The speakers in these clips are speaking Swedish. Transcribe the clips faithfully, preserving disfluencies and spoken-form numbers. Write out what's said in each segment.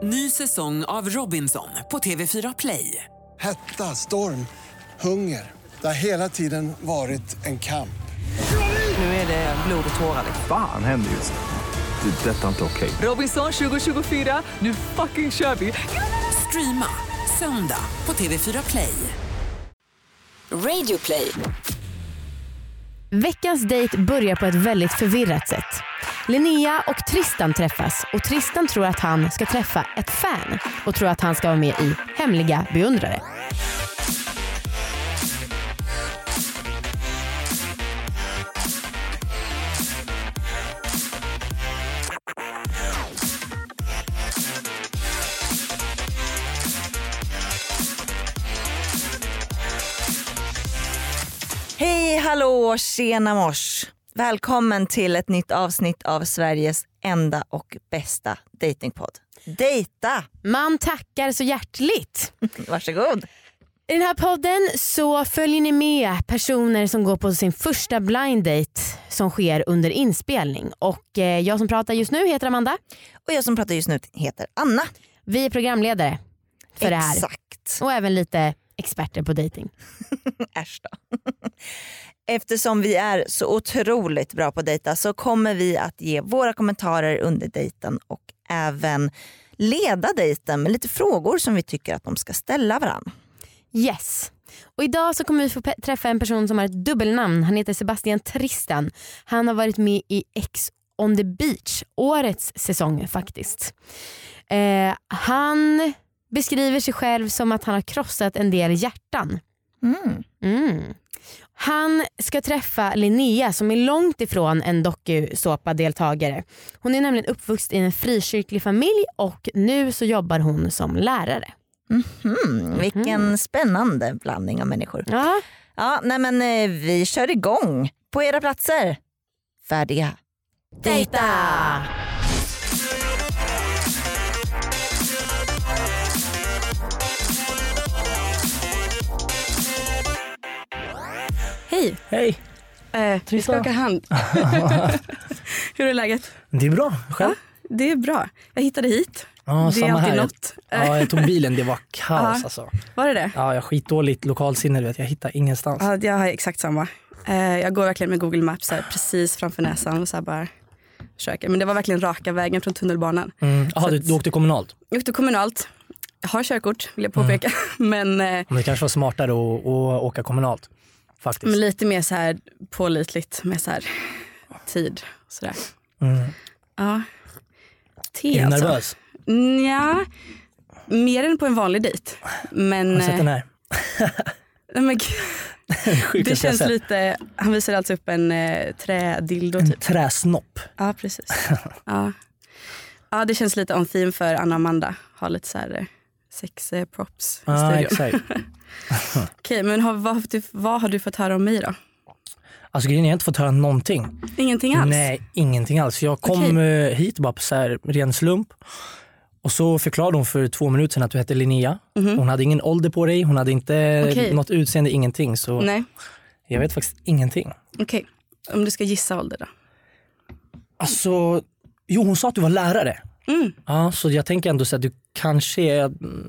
Ny säsong av Robinson på T V fyra Play. Hetta, storm, hunger. Det har hela tiden varit en kamp. Nu är det blod och tårar. Fan händer just det. Det är detta inte okej. Robinson tjugo tjugofyra, nu fucking kör vi. Streama söndag på T V fyra Play. Radio Play. Veckans dejt börjar på ett väldigt förvirrat sätt. Linnea och Tristan träffas och Tristan tror att han ska träffa ett fan och tror att han ska vara med i Hemliga beundrare. Hej, hallå, tjena mors. Välkommen till ett nytt avsnitt av Sveriges enda och bästa datingpodd. Dejta! Man tackar så hjärtligt. Varsågod. I den här podden så följer ni med personer som går på sin första blind date som sker under inspelning. Och eh, jag som pratar just nu heter Amanda. Och jag som pratar just nu heter Anna. Vi är programledare för det här. Exakt. Och även lite experter på dating. Äsch då. Eftersom vi är så otroligt bra på att dejta så kommer vi att ge våra kommentarer under dejten och även leda dejten med lite frågor som vi tycker att de ska ställa varann. Yes. Och idag så kommer vi få pe- träffa en person som har ett dubbelnamn. Han heter Sebastian Tristan. Han har varit med i Ex on the Beach, årets säsong faktiskt. Eh, han beskriver sig själv som att han har krossat en del hjärtan. Mm. Mm. Han ska träffa Linnea som är långt ifrån en dokusåpa-deltagare. Hon är nämligen uppvuxen i en frikyrklig familj och nu så jobbar hon som lärare. Mm-hmm. Vilken mm. spännande blandning av människor. Ja. Ja, nej men eh, vi kör igång. På era platser. Färdiga. Dejta! Hej. Hej. Eh, vi skakar hand. Hur är läget? Det är bra. Själv? Ja, det är bra. Jag hittade hit. Ja, det är samma alltid här. något. Ja, jag tog bilen. Det var kaos alltså. Var det det? Ja, jag har skitdåligt lokalsinne. Du vet. Jag hittar ingenstans. Ja, jag har exakt samma. Eh, jag går verkligen med Google Maps här, precis framför näsan och så här bara försöker. Men det var verkligen raka vägen från tunnelbanan. Mm. Aha, du, du åkte kommunalt? Jag åkte kommunalt. Jag har körkort, vill jag påpeka. Mm. Men, eh, men det kanske var smartare att, att åka kommunalt. Faktiskt. Men lite mer så här pålitligt med så här tid och sådär. Mm. Ja. Te, är du alltså. nervös? Ja, mer än på en vanlig dejt. Men, har du sett den här? men, det känns lite, han visar alltså upp en eh, trädildo typ. En träsnopp. Ja, precis. Ja. Ja, det känns lite on theme för Anna och Amanda. Har lite så här sex eh, props i ah, studion. Exakt. Okej, okay, men har, vad, du, vad har du fått höra om mig då? Alltså jag har inte fått höra någonting. Ingenting alls? Nej, ingenting alls. Jag kom okay. hit bara på så här ren slump. Och så förklarade hon för två minuter sedan att du hette Linnea. Mm-hmm. Hon hade ingen ålder på dig. Hon hade inte okay. något utseende, ingenting. Så nej. Jag vet faktiskt ingenting. Okej, okay. Om du ska gissa ålder då? Alltså, jo hon sa att du var lärare. Mm. Ja, så jag tänker ändå så att du kanske är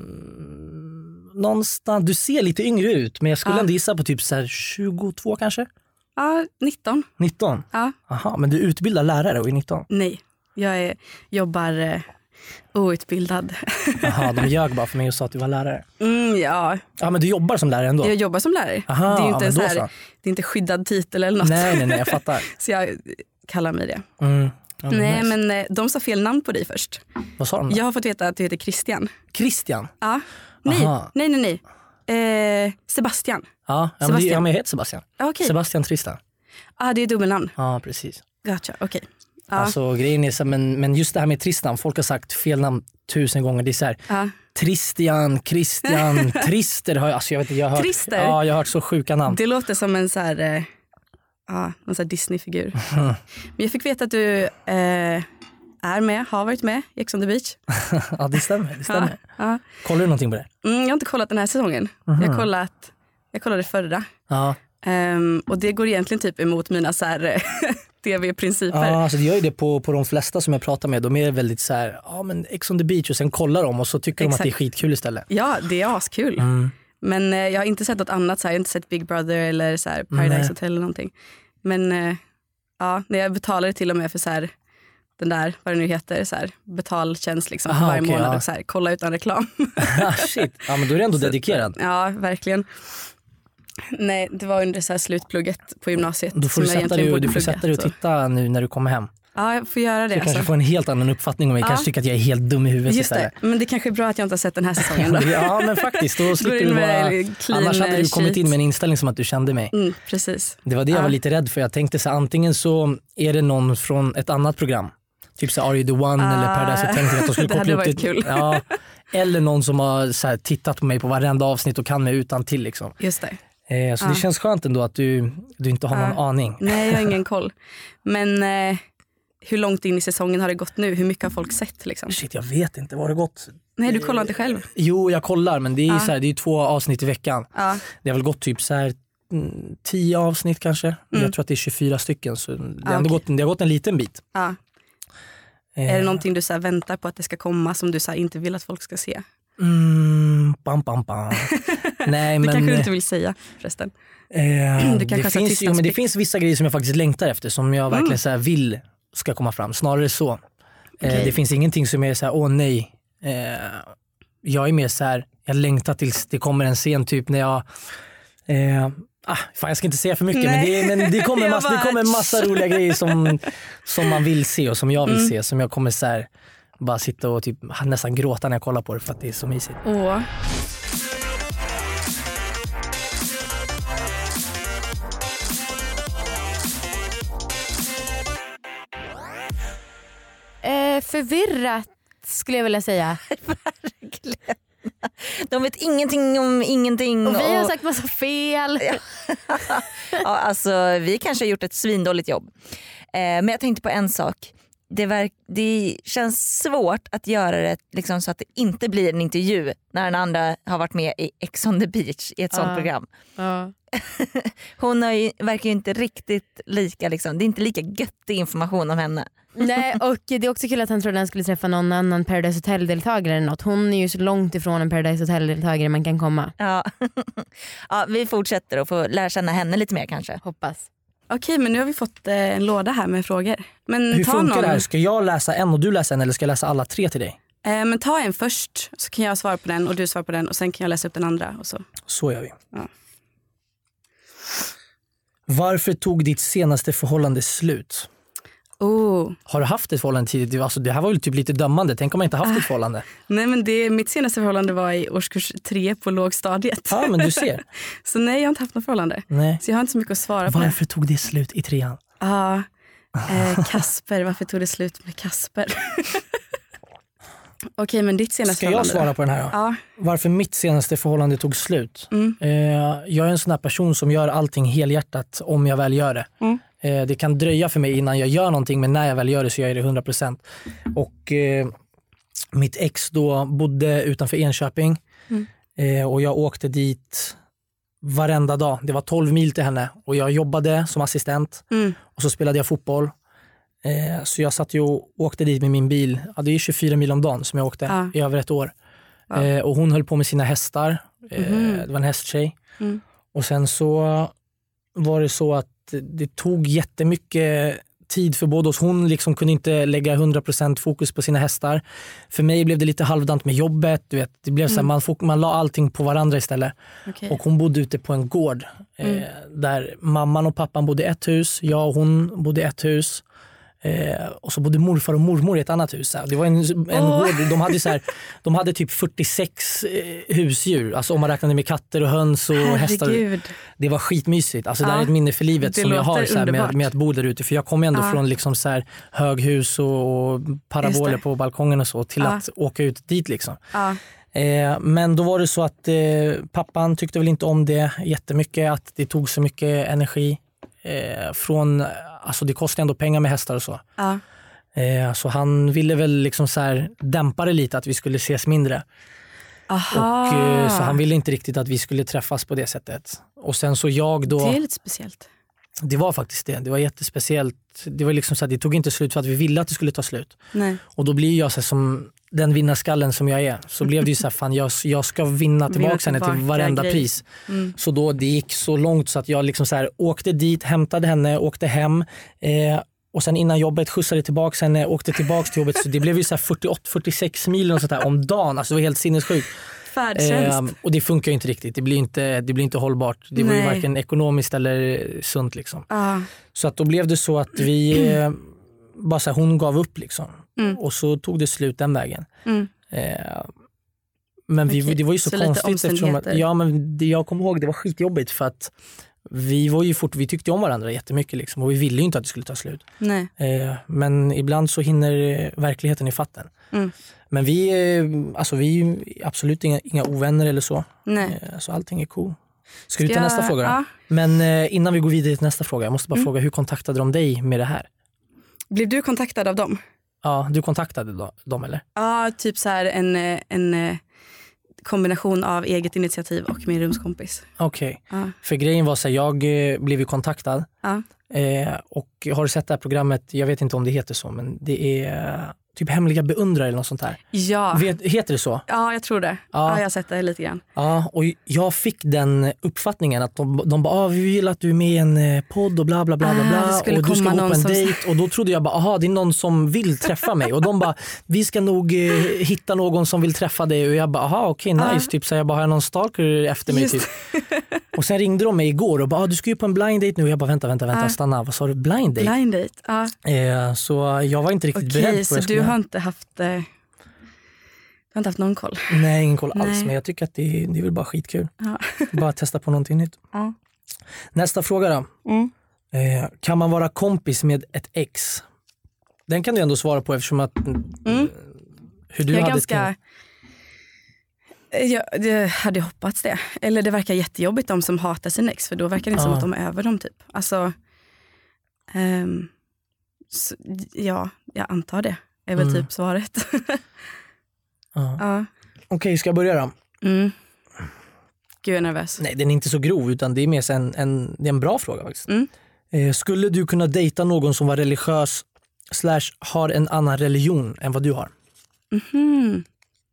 mm, någonstans, du ser lite yngre ut. Men jag skulle ja. ändå gissa på typ så här tjugotvå kanske. Ja, nitton. nitton? Ja. Aha, men du utbildar lärare och är nitton? Nej, jag är, jobbar eh, outbildad. Jaha, de ljög bara för mig och sa att du var lärare. Mm, ja. Ja, men du jobbar som lärare ändå? Jag jobbar som lärare. Aha, det är ju inte ja, en så här, så. det är inte skyddad titel eller något. Nej, nej, nej, jag fattar. Så jag kallar mig det. Mm. Ja, men nej, nice. men eh, de sa fel namn på dig först. Vad sa de då? Jag har fått veta att du heter Christian. Christian? Ja. Nej, Aha. nej, nej, nej. Eh, Sebastian. Ja, ja, men det, ja, men jag heter Sebastian. Okay. Sebastian Tristan. Ja, ah, det är dubbelnamn. Ja, precis. Gotcha, okej. Okay. Ah. Alltså grejen är så, men, men just det här med Tristan, folk har sagt fel namn tusen gånger. Det är så här, ah. Tristian, Christian, Trister har jag, alltså jag vet inte, jag har hört, Trister? Ja, jag har hört så sjuka namn. Det låter som en så här, eh, ah, en så här Disney-figur. Mm. Men jag fick veta att du eh, är med, har varit med i Ex on the Beach. Ja, det stämmer. Det stämmer. Ja, ja. Kollar du någonting på det? Mm, jag har inte kollat den här säsongen. Mm-hmm. Jag, har kollat, jag kollade förra. Ja. Um, och det går egentligen typ emot mina så här, tv-principer. Ja, alltså det gör ju det på, på de flesta som jag pratar med. De är väldigt så här, ja men Ex on the beach, och sen kollar de och så tycker Exakt. de att det är skitkul istället. Ja, det är askul. Mm. Men eh, jag har inte sett något annat, så här. Jag har inte sett Big Brother eller så här, Paradise Nej. Hotel eller någonting. Men eh, ja, när jag betalade till och med för så här, den där, vad det nu heter, så här, betaltjänst liksom, Aha, varje okay, månad ja. och så här, kolla utan reklam. Shit, ja men då är det ändå så, dedikerad. Ja, verkligen. Nej, det var under så här slutplugget på gymnasiet. Då får du sätta dig, du får sätta dig och titta nu när du kommer hem. Ja, jag får göra det. Så du alltså. kanske får en helt annan uppfattning om mig. Ja. Kanske tycker att jag är helt dum i huvudet Just istället. det, men det kanske är bra att jag inte har sett den här säsongen då. Ja, men faktiskt. Då slipper du bara... Annars hade du kommit in med en inställning som att du kände mig. Mm, precis. Det var det ja. jag var lite rädd för. Jag tänkte så antingen så är det någon från ett annat program. Typ så Are You The One ah. eller Paradise. Jag tänkte att de skulle det hade varit till, kul. Ja, eller någon som har så här, tittat på mig på varenda avsnitt och kan mig utan till liksom. Just det. Eh, så ah. det känns skönt ändå att du, du inte har ah. någon aning. Nej, jag har ingen koll. Men eh, hur långt in i säsongen har det gått nu? Hur mycket har folk sett liksom? Shit, jag vet inte. Vad har det gått? Nej, du kollar inte själv? Jo, jag kollar, men det är, ah. så här, det är två avsnitt i veckan. Ah. Det har väl gått typ så här tio avsnitt kanske. Mm. Jag tror att det är tjugofyra stycken. Så det, ah, har okay. gått, det har gått en liten bit. Ah. Eh. Är det någonting du så här väntar på att det ska komma som du så här inte vill att folk ska se? Mm, bam, bam, bam. Nej, det men, kanske du inte vill säga förresten. Eh, det, det, finns, jo, men det finns vissa grejer som jag faktiskt längtar efter, som jag verkligen mm. så här vill ska komma fram. Snarare så. Okay. Eh, det finns ingenting som är så här, åh nej. Eh, jag är mer så här, jag längtar tills det kommer en scen typ när jag... Eh, ah, fan, jag ska inte säga för mycket, men det, men det kommer en massa, det kommer en massa roliga grejer som, som man vill se och som jag vill mm. se. Som jag kommer så här, bara sitta och typ, nästan gråta när jag kollar på det för att det är så mysigt. Åh. Eh, förvirrat skulle jag vilja säga. Verkligen. De vet ingenting om ingenting. Och vi har och... sagt massa fel. Ja, alltså, vi kanske har gjort ett svindåligt jobb. Eh, men jag tänkte på en sak. Det, verk, det känns svårt att göra det liksom, så att det inte blir en intervju när den andra har varit med i Ex on the beach i ett uh, sånt program. Uh. Hon har ju, verkar ju inte riktigt lika, liksom, det är inte lika göttig information om henne. Nej, och det är också kul att han trodde att han skulle träffa någon annan Paradise Hotel-deltagare eller något. Hon är ju så långt ifrån en Paradise Hotel-deltagare man kan komma. Ja. Ja, vi fortsätter och får lära känna henne lite mer kanske. Hoppas. Okej, men nu har vi fått eh, en låda här med frågor. Men hur ta funkar någon... det här? Ska jag läsa en och du läsa en, eller ska jag läsa alla tre till dig? Eh, men ta en först, så kan jag svara på den och du svarar på den och sen kan jag läsa upp den andra. Och så. Så gör vi. Ja. Varför tog ditt senaste förhållande slut? Oh. Har du haft ett förhållande tidigt? Alltså, det här var ju typ lite dömande. Tänk om man inte haft ett förhållande. Nej, men det, mitt senaste förhållande var i årskurs tre på lågstadiet. Ja, men du ser. Så nej, jag har inte haft något förhållande. Nej. Så jag har inte så mycket att svara varför på. Varför tog det slut i trean? Ja, eh, Kasper. Varför tog det slut med Kasper? Okej, men ditt senaste Ska förhållande. Ska jag svara på den här då? Ja. Varför mitt senaste förhållande tog slut? Mm. Eh, jag är en sån här person som gör allting helhjärtat om jag väl gör det. Mm. Eh, det kan dröja för mig innan jag gör någonting, men när jag väl gör det så gör jag det hundra procent. Och eh, mitt ex då bodde utanför Enköping. Mm. Eh, och jag åkte dit varenda dag. Det var tolv mil till henne och jag jobbade som assistent. Mm. Och så spelade jag fotboll. Eh, så jag satt ju och åkte dit med min bil. Ja, det är tjugofyra mil om dagen som jag åkte ja. i över ett år. Ja. Eh, och hon höll på med sina hästar. Eh, mm. Det var en hästtjej. Mm. Och sen så var det så att det tog jättemycket tid för båda oss. Hon liksom kunde inte lägga hundra procent fokus på sina hästar. För mig blev det lite halvdant med jobbet. Du vet, det blev mm. så här, man, fok- man la allting på varandra istället. Okay. Och hon bodde ute på en gård. Mm. Eh, där mamman och pappan bodde i ett hus. Jag och hon bodde i ett hus. Eh, och så bodde morfar och mormor i ett annat hus. Det var en, en oh. gård. De hade, så här, de hade typ fyrtiosex eh, husdjur. Alltså om man räknade med katter och höns och Herregud. hästar. Det var skitmysigt. Alltså, ja. Det är ett minne för livet det som jag har så här, med, med att bo där ute. För jag kom ändå ja. från liksom, så här, höghus och, och paraboler på balkongen och så till ja. att åka ut dit. Liksom. Ja. Eh, men då var det så att eh, pappan tyckte väl inte om det jättemycket. Att det tog så mycket energi eh, från... Alltså det kostar ändå pengar med hästar och så. Ja. Eh, så han ville väl liksom så här dämpa det lite, att vi skulle ses mindre. Aha. Och, eh, så han ville inte riktigt att vi skulle träffas på det sättet. Och sen så jag då... Det är lite speciellt. Det var faktiskt det. Det var jättespeciellt. Det var liksom så att det tog inte slut för att vi ville att det skulle ta slut. Nej. Och då blir jag så här, som den vinnarskallen som jag är. Så blev det ju så här, fan jag, jag ska vinna tillbaka henne till varenda grej. Pris. Mm. Så då det gick så långt så att jag liksom så här, åkte dit, hämtade henne, åkte hem. Eh, och sen innan jobbet skjutsade tillbaka henne, åkte tillbaka till jobbet. Så det blev ju så här fyrtioåtta fyrtiosex mil och sånt där om dagen. Alltså det var helt sinnessjukt. Färdtjänst. Eh, och det funkar ju inte riktigt. Det blir inte, det blir inte hållbart. Det var ju varken ekonomiskt eller sunt liksom. Ah. Så att då blev det så att vi eh, bara så här, hon gav upp liksom. Mm. Och så tog det slut den vägen. Mm. Eh, men vi, Okej. det var ju så, så konstigt eftersom att, ja, men det, jag kommer ihåg det var skitjobbigt för att vi var ju fort, vi tyckte om varandra jättemycket liksom, och vi ville ju inte att det skulle ta slut. Nej. Eh, men ibland så hinner verkligheten i fatten. Mm. Men vi, eh, alltså vi är ju absolut inga, inga ovänner eller så. Nej. Eh, så allting är cool. Ska vi ta Ska nästa jag, fråga då? Ja. Men eh, innan vi går vidare till nästa fråga, jag måste bara Mm. fråga, hur kontaktade de dig med det här? Blev du kontaktad av dem? Ja, du kontaktade då, dem eller? Ja, typ så här en, en kombination av eget initiativ och min rumskompis. Okej, okay. Ja. För grejen var så här, jag eh, blev ju kontaktad. Ja. Eh, och har du sett det här programmet, jag vet inte om det heter så, men det är typ Hemliga beundrare eller något sånt här. Ja. Vet, heter det så? Ja, jag tror det. Ja. Ja, jag har sett det lite grann. Ja, och jag fick den uppfattningen att de, de bara, ah, vi vill att du är med i en podd och bla bla bla bla, bla ah, och du ska gå på en som... dejt. Och då trodde jag bara, aha, det är någon som vill träffa mig. Och de bara, vi ska nog eh, hitta någon som vill träffa dig. Och jag bara, aha, okej, okay, nice. Ah. Typ, så jag bara, har jag någon stalker efter mig? Typ. Och sen ringde de mig igår och bara, ah, du ska ju på en blind date nu. Och jag bara, vänta, vänta, vänta, ah. stanna. Vad sa du? Blind date? Blind date, ja. Ah. Eh, så jag var inte riktigt okay, beredd på så det. Så du har inte haft... Du har inte haft någon koll? Nej, ingen koll alls. Nej. Men jag tycker att det, det är väl bara skitkul. Ja. Bara testa på någonting nytt. Ja. Nästa fråga då. Mm. Eh, kan man vara kompis med ett ex? Den kan du ändå svara på eftersom att mm. hur du jag hade ganska... Jag, jag hade hoppats det. Eller det verkar jättejobbigt de som hatar sin ex. För då verkar det inte ja. som att de är över dem typ. Alltså... Um, så, ja, jag antar det. Är väl Mm. typ svaret. Ja. Ja. Okej, okay, ska jag börja då? Mm. Gud, jag är nervös. Nej, den är inte så grov utan det är mer en, en, det är en bra fråga faktiskt. Mm. Eh, skulle du kunna dejta någon som var religiös slash har en annan religion än vad du har? Mm-hmm.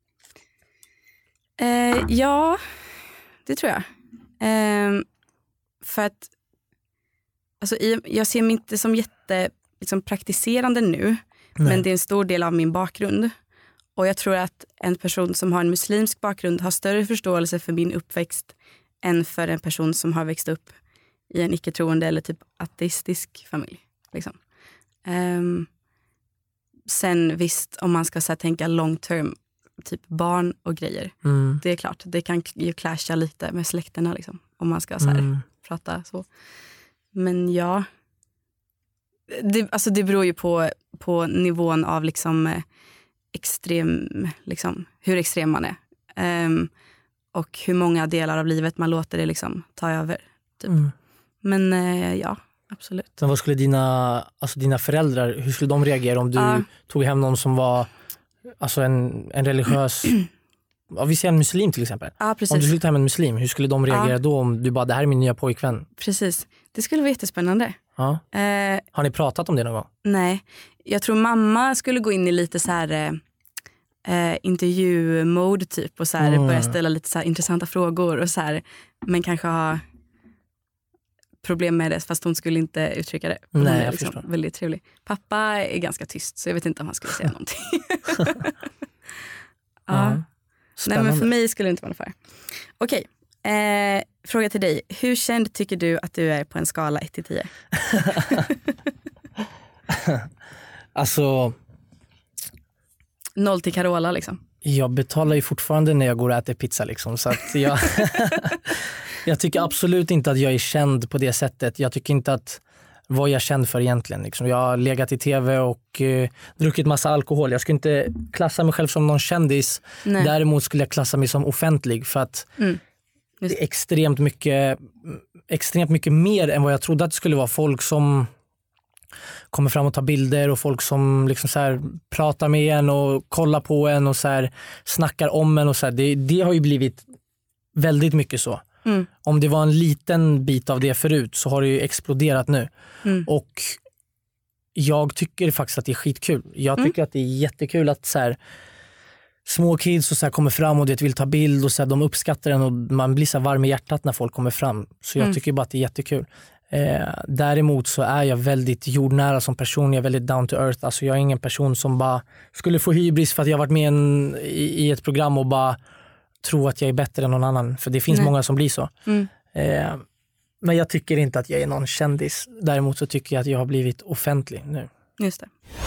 Eh, ja, det tror jag. Eh, för att alltså, jag ser mig inte som jätte liksom, praktiserande nu. Nej. Men det är en stor del av min bakgrund. Och jag tror att en person som har en muslimsk bakgrund har större förståelse för min uppväxt än för en person som har växt upp i en icke-troende eller typ ateistisk familj. Liksom. Um, sen visst, om man ska så här, tänka long term, typ barn och grejer. Mm. Det är klart, det kan ju clasha lite med släkterna liksom, om man ska så här, mm. prata så. Men ja, det, alltså det beror ju på, på nivån av liksom extrem, liksom, hur extrem man är. Um, och hur många delar av livet man låter det liksom ta över. Typ. Mm. Men uh, ja, absolut. Men vad skulle dina, alltså dina föräldrar, hur skulle de reagera om du uh. tog hem någon som var alltså en, en religiös, ja, vi säger en muslim till exempel. Uh, precis. Om du skulle ta hem en muslim, hur skulle de reagera uh. då om du bara, det här är min nya pojkvän? Precis, det skulle vara jättespännande. Uh. Uh, Har ni pratat om det någon gång? Nej, jag tror mamma skulle gå in i lite så här eh, intervju-mode typ och så här, mm. börja ställa lite så här intressanta frågor och så här, men kanske ha problem med det fast hon skulle inte uttrycka det. Hon Nej, är jag liksom förstår. väldigt trevlig. Pappa är ganska tyst så jag vet inte om han skulle säga någonting. Ja. Mm. Nej, men för mig skulle det inte vara något för. Okej, eh, fråga till dig. Hur känd tycker du att du är på en skala ett till tio? Alltså noll till Carola liksom. Jag betalar ju fortfarande när jag går och äter pizza liksom, så att jag jag tycker absolut inte att jag är känd på det sättet. Jag tycker inte att vad jag är känd för egentligen liksom. Jag har legat i tv och eh, druckit massa alkohol. Jag skulle inte klassa mig själv som någon kändis. Nej. Däremot skulle jag klassa mig som offentlig för att mm. det är extremt mycket extremt mycket mer än vad jag trodde att det skulle vara. Folk som kommer fram och tar bilder och folk som liksom så här pratar med en och kollar på en och så här snackar om en och så här. Det, det har ju blivit väldigt mycket så. Mm. Om det var en liten bit av det förut så har det ju exploderat nu. Mm. Och jag tycker faktiskt att det är skitkul. Jag tycker mm. att det är jättekul att så här, små kids och så här kommer fram och det vill ta bild och så här, de uppskattar den och man blir så här varm i hjärtat när folk kommer fram. Så jag mm. tycker bara att det är jättekul. Eh, däremot så är jag väldigt jordnära som person. Jag är väldigt down to earth. Alltså jag är ingen person som bara skulle få hybris för att jag har varit med en, i, i ett program och bara tro att jag är bättre än någon annan. För det finns Nej. många som blir så. Mm. Eh, men jag tycker inte att jag är någon kändis. Däremot så tycker jag att jag har blivit offentlig nu. Just det.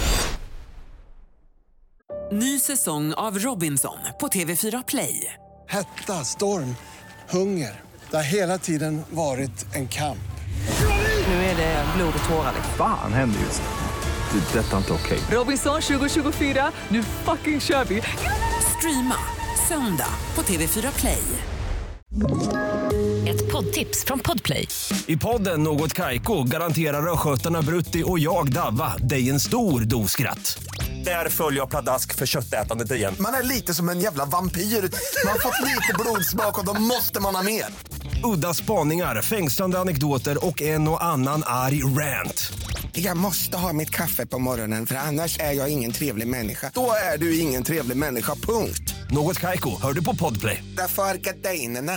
Ny säsong av Robinson på T V fyra Play. Hetta, storm, hunger. Det har hela tiden varit en kamp. Nu är det blod och tårar. Fan händer just det. Det är detta inte okej. Robinson tjugo tjugofyra, nu fucking kör vi. Streama söndag på T V fyra Play. Ett poddtips från Podplay. I podden Något Kaiko garanterar röskötarna Brutti och jag Davva dig en stor doskratt. Där följer jag pladask för köttätandet igen. Man är lite som en jävla vampyr. Man har fått lite blodsmak och då måste man ha mer. Udda spaningar, fängslande anekdoter och en och annan arg rant. Jag måste ha mitt kaffe på morgonen för annars är jag ingen trevlig människa. Då är du ingen trevlig människa, punkt. Något Kaiko, hör du på Podplay. Därför är gardinerna.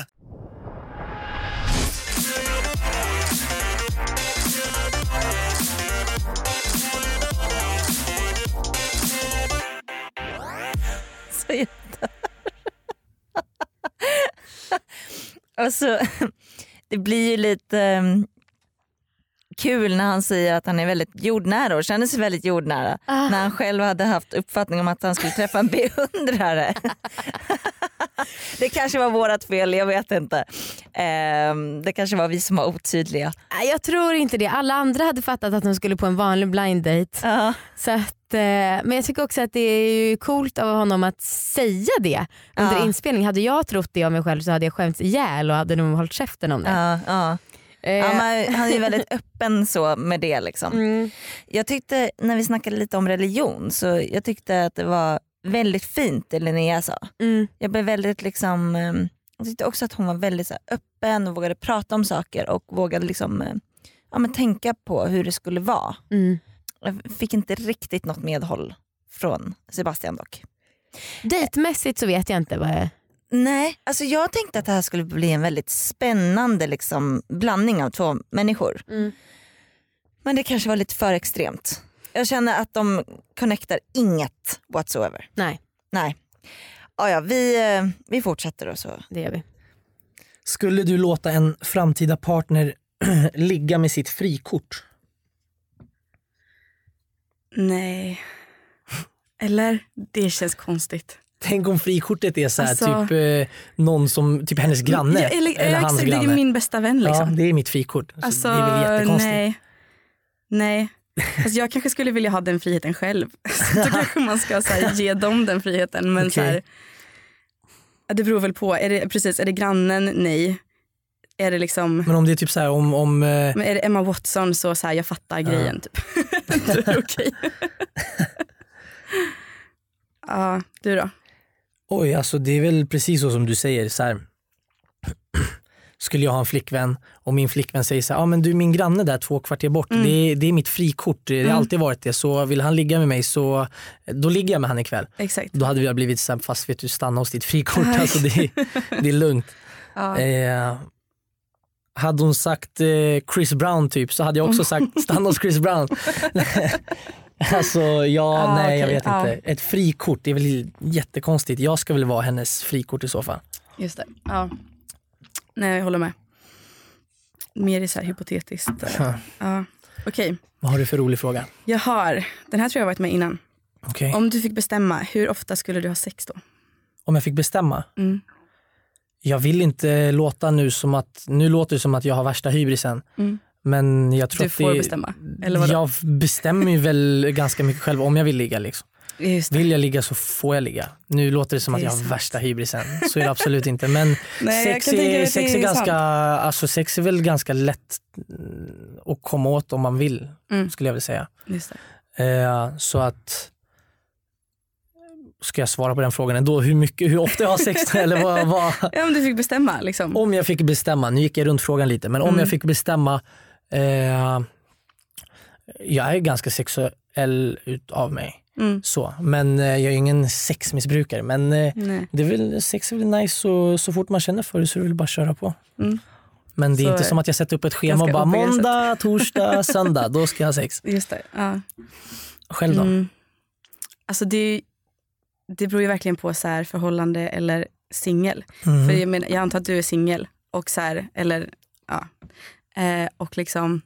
Så jätte... alltså, det blir ju lite um, kul när han säger att han är väldigt jordnära och känner sig väldigt jordnära. Ah. När han själv hade haft uppfattning om att han skulle träffa en beundrare. Det kanske var vårat fel, jag vet inte. Um, det kanske var vi som var otydliga. Jag tror inte det. Alla andra hade fattat att de skulle på en vanlig blind date. Uh. Så att, uh, men jag tycker också att det är ju coolt av honom att säga det under uh. inspelning. Hade jag trott det om mig själv så hade jag skämts ihjäl och hade nog hållit käften om det. Uh, uh. Uh, ja, men han är väldigt öppen så med det liksom. Mm. Jag tyckte, när vi snackade lite om religion, så jag tyckte att det var väldigt fint det Linnea sa. Mm. Jag blev väldigt liksom, jag tyckte också att hon var väldigt så här, öppen och vågade prata om saker och vågade liksom, ja, men tänka på hur det skulle vara. Mm. Jag fick inte riktigt något medhåll från Sebastian dock. Dejtmässigt så vet jag inte vad jag... Nej, alltså jag tänkte att det här skulle bli en väldigt spännande liksom, blandning av två människor. Mm. Men det kanske var lite för extremt. Jag känner att de connectar inget whatsoever. Nej. Nej. Ja, ja, vi, vi fortsätter och så. Det gör vi. Skulle du låta en framtida partner ligga med sitt frikort? Nej. Eller? Det känns konstigt. Tänk om frikortet är så här, alltså, typ eh, någon som, typ hennes granne. Ja, eller, eller hans exakt, granne. Det är min bästa vän liksom. Ja, det är mitt frikort. Alltså, alltså, det är väl jättekonstigt. Nej. Nej. Alltså, jag kanske skulle vilja ha den friheten själv. Så då kanske man ska så här, ge dem den friheten. Men okay. så här, det beror väl på. Är det, precis, är det grannen? Nej. Är det liksom... Men om det är typ så här, om... om men är det Emma Watson så, så här, jag fattar ja. grejen typ. Det är okej. Ja, du då? Oj, alltså det är väl precis så som du säger. Så här, skulle jag ha en flickvän och min flickvän säger så här, ah, men du, min granne där två kvarter bort, mm. det, är, det är mitt frikort, det har mm. alltid varit det, så vill han ligga med mig så då ligger jag med han ikväll. Exakt. Då hade vi blivit så här, fast vet du, stanna hos ditt frikort, alltså det, det är lugnt. Ja. Eh, hade hon sagt eh, Chris Brown typ, så hade jag också sagt stanna hos Chris Brown. Alltså ja, ah, nej okay. jag vet ah. inte. Ett frikort, det är väl jättekonstigt. Jag ska väl vara hennes frikort i så fall. Just det, ja. Nej, jag håller med. Mer är så här hypotetiskt. Ja. Ja. Okej. Okay. Vad har du för rolig fråga? Jag har, den här tror jag varit med innan. Okay. Om du fick bestämma, hur ofta skulle du ha sex då? Om jag fick bestämma? Mm. Jag vill inte låta nu som att, nu låter det som att jag har värsta hybrisen. Mm. Men jag tror du att får det, bestämma. Eller vadå? Jag bestämmer ju väl ganska mycket själv om jag vill ligga liksom. Vill jag ligga så får jag ligga. Nu låter det som det att jag har sant. värsta hybrisen. Så är det absolut inte. Men Nej, sex, är, sex, är ganska, alltså sex är väl ganska lätt att komma åt om man vill, mm. skulle jag vilja säga. Just det. Eh, så att ska jag svara på den frågan ändå? Hur, mycket, hur ofta jag har sex? Eller vad, vad? Ja, om du fick bestämma. Liksom. Om jag fick bestämma, nu gick jag runt frågan lite, men om mm. jag fick bestämma, eh, jag är ganska sexuell utav mig. Mm. Så. Men eh, jag är ingen sexmissbrukare. Men eh, det är väl, sex är väl nice så, så fort man känner för det så är det väl bara köra på. Mm. Men det är så inte som att jag sätter upp ett schema och bara måndag, torsdag, söndag, då ska jag ha sex. Just det, ja. Själv då? Mm. Alltså det, det beror ju verkligen på så här förhållande eller singel. Mm. För jag, menar, jag antar att du är singel och så här, eller ja. Eh, och liksom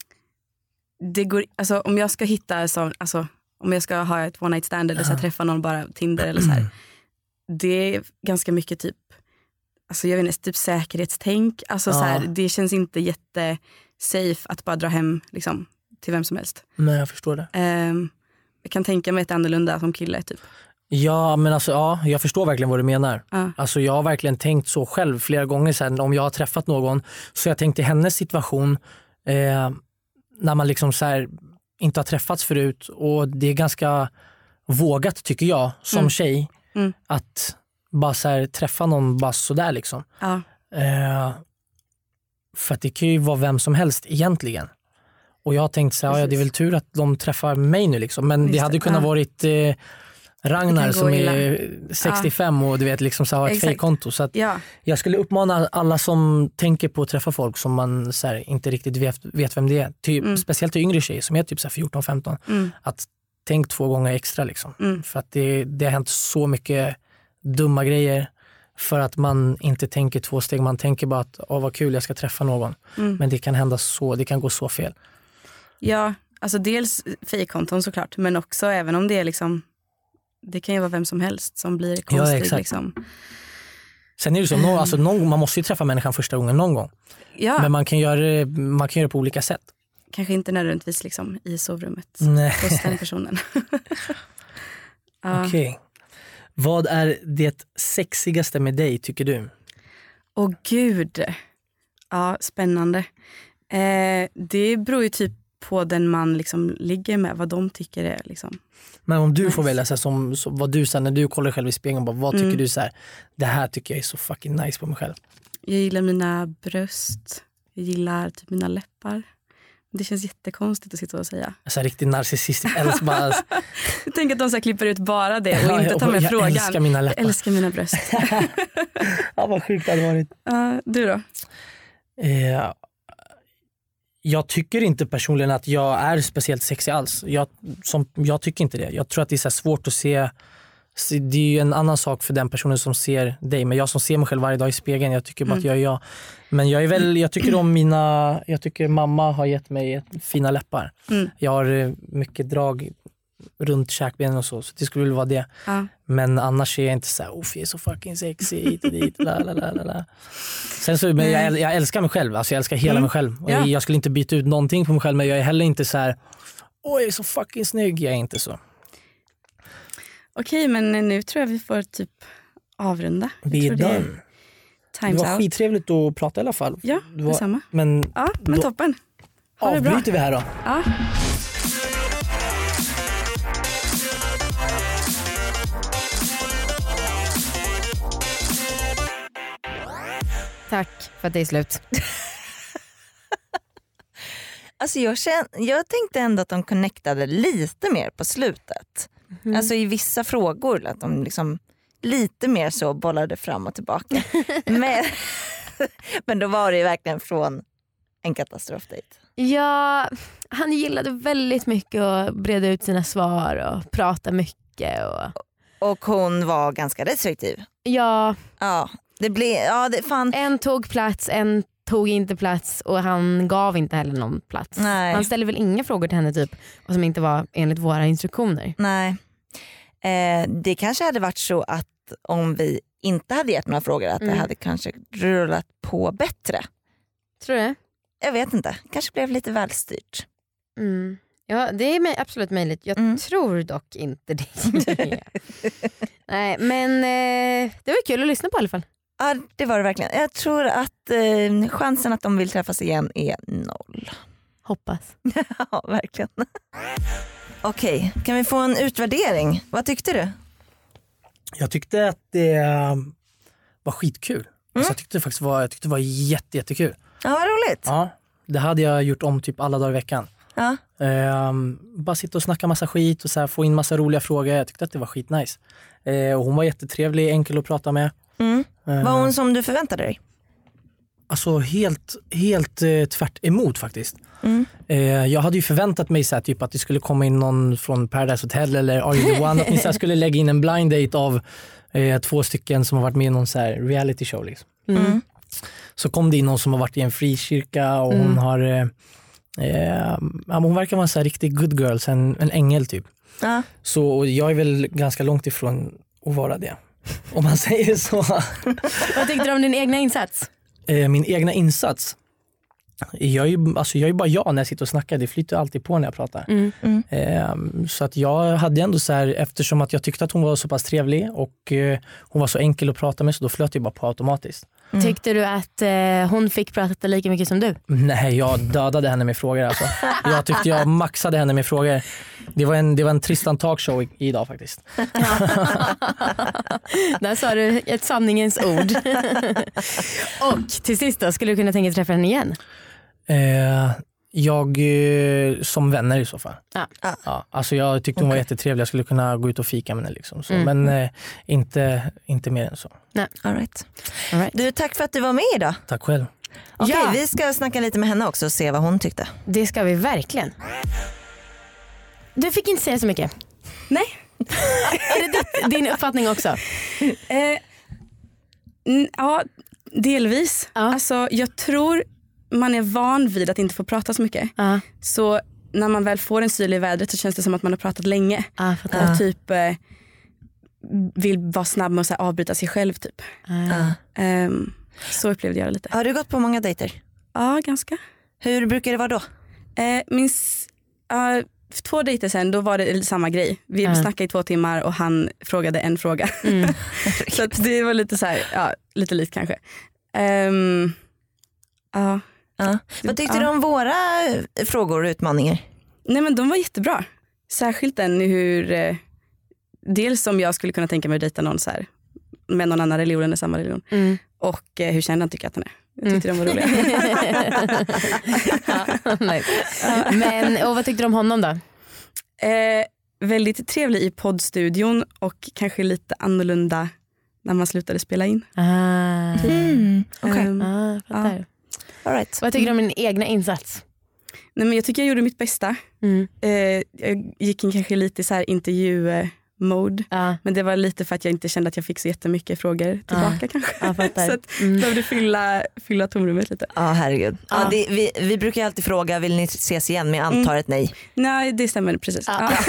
det går, alltså om jag ska hitta så, alltså om jag ska ha ett one night stand eller så här, träffa någon bara Tinder eller så här. Det är ganska mycket typ, alltså jag vet inte, typ säkerhetstänk. Alltså ja. Så här, det känns inte jätte safe att bara dra hem liksom, till vem som helst. Nej, jag förstår det. Um, jag kan tänka mig ett annorlunda som kille typ. Ja, men alltså ja, jag förstår verkligen vad du menar. Uh. Alltså jag har verkligen tänkt så själv flera gånger sen, om jag har träffat någon så jag tänkte i hennes situation eh, när man liksom så här inte har träffats förut och det är ganska vågat tycker jag som mm. tjej mm. att bara så här, träffa någon bara sådär liksom. Ja. Eh, för att det kan ju vara vem som helst egentligen. Och jag har tänkt så här, ja, det är väl tur att de träffar mig nu liksom. Men Just det hade det. kunnat ja. varit eh, Ragnar som är sextiofem ja. och du vet liksom så har ett fejkkonto. Så att ja. jag skulle uppmana alla som tänker på att träffa folk som man så här, inte riktigt vet, vet vem det är. Typ, mm. Speciellt till yngre tjejer som är typ så här fjorton femton. Mm. Att tänk två gånger extra liksom. Mm. För att det, det har hänt så mycket dumma grejer för att man inte tänker två steg. Man tänker bara att åh vad kul, jag ska träffa någon. Mm. Men det kan hända så, det kan gå så fel. Ja, alltså dels fejkkonton såklart, men också även om det är liksom, det kan ju vara vem som helst som blir konstig. Ja, exakt. Liksom. Sen är det så, mm. alltså, någon, man måste ju träffa människan första gången någon gång. Ja. Men man kan göra det, man kan göra det på olika sätt. Kanske inte nödvändigtvis liksom i sovrummet Nej. hos den personen. ja. Okej. Okay. Vad är det sexigaste med dig tycker du? Åh gud. Ja, spännande. Eh, det beror ju typ på den man liksom ligger med, vad de tycker är liksom. Men om du nice. får välja så här, som, så, vad du sen när du kollar själv i spegeln, bara, vad tycker mm. du så här, det här tycker jag är så fucking nice på mig själv? Jag gillar mina bröst. Jag gillar typ mina läppar. Det känns jättekonstigt att sitta och säga. Alltså riktigt narcissistisk. Bara... jag tänker att de så klipper ut bara det och inte tar med jag frågan. Älskar mina läppar. Jag älskar mina bröst. ja, vad sjukt det hade varit. Uh, du då? Eh, jag tycker inte personligen att jag är speciellt sexig alls. Jag, som, jag tycker inte det. Jag tror att det är så svårt att se. Det är ju en annan sak för den personen som ser dig. Men jag som ser mig själv varje dag i spegeln, jag tycker bara mm. att jag är jag. Men jag är väl, jag tycker om mina, jag tycker mamma har gett mig fina läppar. Mm. Jag har mycket drag runt käkbenen och så, så det skulle väl vara det. Ja. Men annars är jag inte så här, oh, jag är så fucking sexy hit och dit, la, la, la, la. Sen så, men jag, jag älskar mig själv, alltså jag älskar hela mm. mig själv. Och ja. jag, jag skulle inte byta ut någonting på mig själv, men jag är heller inte så här, åh jag är så fucking snygg, jag är inte så. Okej, men nu tror jag vi får typ avrunda. Vi är done. Det var out. skittrevligt att prata i alla fall. Ja, det var, detsamma. Men, ja, men toppen. Ha det bra. Avbryter vi här då. Ja. Tack för att det är slut. Alltså jag, känn, jag tänkte ändå att de connectade lite mer på slutet. Mm. Alltså i vissa frågor att de liksom lite mer så bollade fram och tillbaka. men, men då var det ju verkligen från en katastrofdejt. Ja, han gillade väldigt mycket att breda ut sina svar och prata mycket. Och, och hon var ganska restriktiv. Ja. Ja, det blev, ja det fan. En tog plats, en tog inte plats och han gav inte heller någon plats. Nej. Han ställde väl inga frågor till henne typ och som inte var enligt våra instruktioner. Nej. Eh, det kanske hade varit så att om vi inte hade gett några frågor att mm. det hade kanske rullat på bättre. Tror du det? Jag vet inte. Kanske blev lite välstyrt. Mm. Ja, det är absolut möjligt. Jag mm. tror dock inte det. Nej, men eh, det var kul att lyssna på i alla fall. Ja, det var det verkligen. Jag tror att eh, chansen att de vill träffas igen är noll. Hoppas. Ja, verkligen. Okej, kan vi få en utvärdering? Vad tyckte du? Jag tyckte att det var skitkul. Mm. Alltså jag tyckte det faktiskt var, jag tyckte det var jätte, jättekul. Ja, vad roligt. Ja, det hade jag gjort om typ alla dagar i veckan. Ja. Um, bara sitta och snacka massa skit och så här, få in massa roliga frågor. Jag tyckte att det var skitnice. Uh, och hon var jättetrevlig, enkel att prata med. Mm. Uh, var hon som du förväntade dig? Alltså helt, helt uh, tvärt emot faktiskt. Mm. Uh, jag hade ju förväntat mig så här, typ att det skulle komma in någon från Paradise Hotel eller Are You The One. Att ni så här, skulle lägga in en blind date av uh, två stycken som har varit med i någon så här reality show. Liksom. Mm. Så kom det in någon som har varit i en frikyrka och mm. hon har... Uh, Eh, hon verkar vara en så här riktig good girl, en, en ängel typ. Ja. Så jag är väl ganska långt ifrån att vara det, om man säger så. Vad tyckte du om din egna insats? Eh, min egna insats? Jag är ju alltså jag är bara jag när jag sitter och snackar. Det flyter alltid på när jag pratar. Mm. Mm. Eh, så att jag hade ändå så här, eftersom att jag tyckte att hon var så pass trevlig och eh, hon var så enkel att prata med, så då flöt jag bara på automatiskt. Mm. Tyckte du att eh, hon fick prata lika mycket som du? Nej, jag dödade henne med frågor alltså. Jag tyckte jag maxade henne med frågor. Det var en, det var en Tristan talkshow i, idag faktiskt. Där sa du ett sanningens ord. Och till sist då, skulle du kunna tänka träffa henne igen? Eh, jag eh, som vänner i så fall. Ah. Ja, alltså jag tyckte hon okay. var jättetrevlig. Jag skulle kunna gå ut och fika med henne liksom, så. Mm. Men eh, inte, inte mer än så. Nej. All right. All right. Du, tack för att du var med idag. Tack själv. Okej, ja. Vi ska snacka lite med henne också och se vad hon tyckte. Det ska vi verkligen. Du fick inte säga så mycket. Nej. Är det ditt, din uppfattning också? Eh, n- ja, delvis. Ja. Alltså, jag tror man är van vid att inte få prata så mycket. Ja. Så när man väl får en syl i vädret så känns det som att man har pratat länge. Ja, och typ eh, vill vara snabb med att så här, avbryta sig själv typ. Ja. Um, så upplevde jag det lite. Har du gått på många dejter? Ja, ganska. Hur brukar det vara då? Eh, min, uh, för två dejter sen, då var det samma grej. Vi mm. snackade i två timmar och han frågade en fråga. Mm. Så att det var lite så här, ja, lite likt kanske. Um, uh, uh. Vad tyckte uh. du om våra frågor och utmaningar? Nej, men de var jättebra. Särskilt den hur, eh, dels om jag skulle kunna tänka mig att dejta någon så här, med någon annan religion än samma religion. Mm. Och eh, hur kände han tycker att han är. Jag tyckte mm. de var roliga. Ja, nice. Men, och vad tyckte du om honom då? Eh, väldigt trevlig i poddstudion och kanske lite annorlunda när man slutade spela in. Ah. Mm. Okay. Um, ah, ja. All right. Vad tycker du om din egna insats? Nej, men jag tycker jag gjorde mitt bästa. Mm. Eh, jag gick in kanske lite så här intervju... Eh, mode. Ah. Men det var lite för att jag inte kände att jag fick så jättemycket frågor tillbaka ah. kanske. Ah, så att mm. behövde fylla, fylla tomrummet lite. Ja, ah, herregud. Ah. Ah, det, vi, vi brukar alltid fråga, vill ni ses igen? Men jag antar mm. ett nej. Nej, det stämmer precis. Ah. Ah.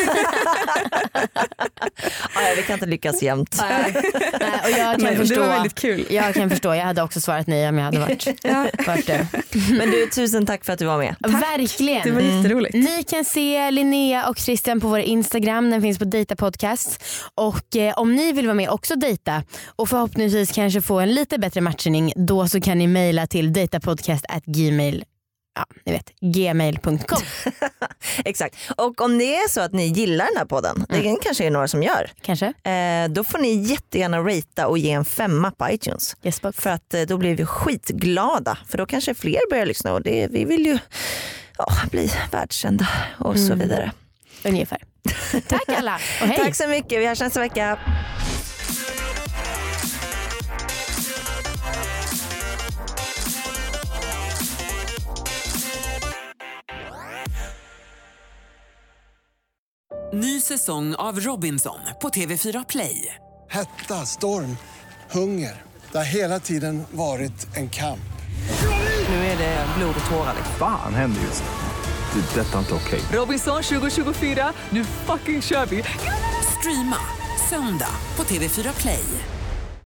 ah, vi kan inte lyckas jämt. Ah. Nej, och jag kan men, förstå, det var väldigt kul. Jag kan förstå, jag hade också svarat nej om jag hade varit, ja. varit där. Men du, tusen tack för att du var med. Tack. Verkligen. Det var jätteroligt. Mm. Ni kan se Linnea och Christian på vår Instagram. Den finns på Dejta Podcast. Och eh, om ni vill vara med också dejta och förhoppningsvis kanske få en lite bättre matchning, då så kan ni mejla till datapodcast at gmail ja, ni vet, gmail punkt com. Exakt. Och om det är så att ni gillar den här podden, mm. det kanske är några som gör. Kanske. Eh, då får ni jättegärna ratea och ge en femma på iTunes. Yes, för att eh, då blir vi skitglada. För då kanske fler börjar lyssna och det, vi vill ju ja, bli världskända och mm. så vidare. Ungefär. Tack alla och hej. Tack så mycket, vi hörs nästa vecka. Ny säsong av Robinson på T V fyra Play. Hetta, storm, hunger. Det har hela tiden varit en kamp. Nu är det blod och tårar. Fan händer just det. Det är detta inte okej. Okay. Robinson tjugo tjugofyra, nu fucking kör vi. Streama söndag på T V fyra Play.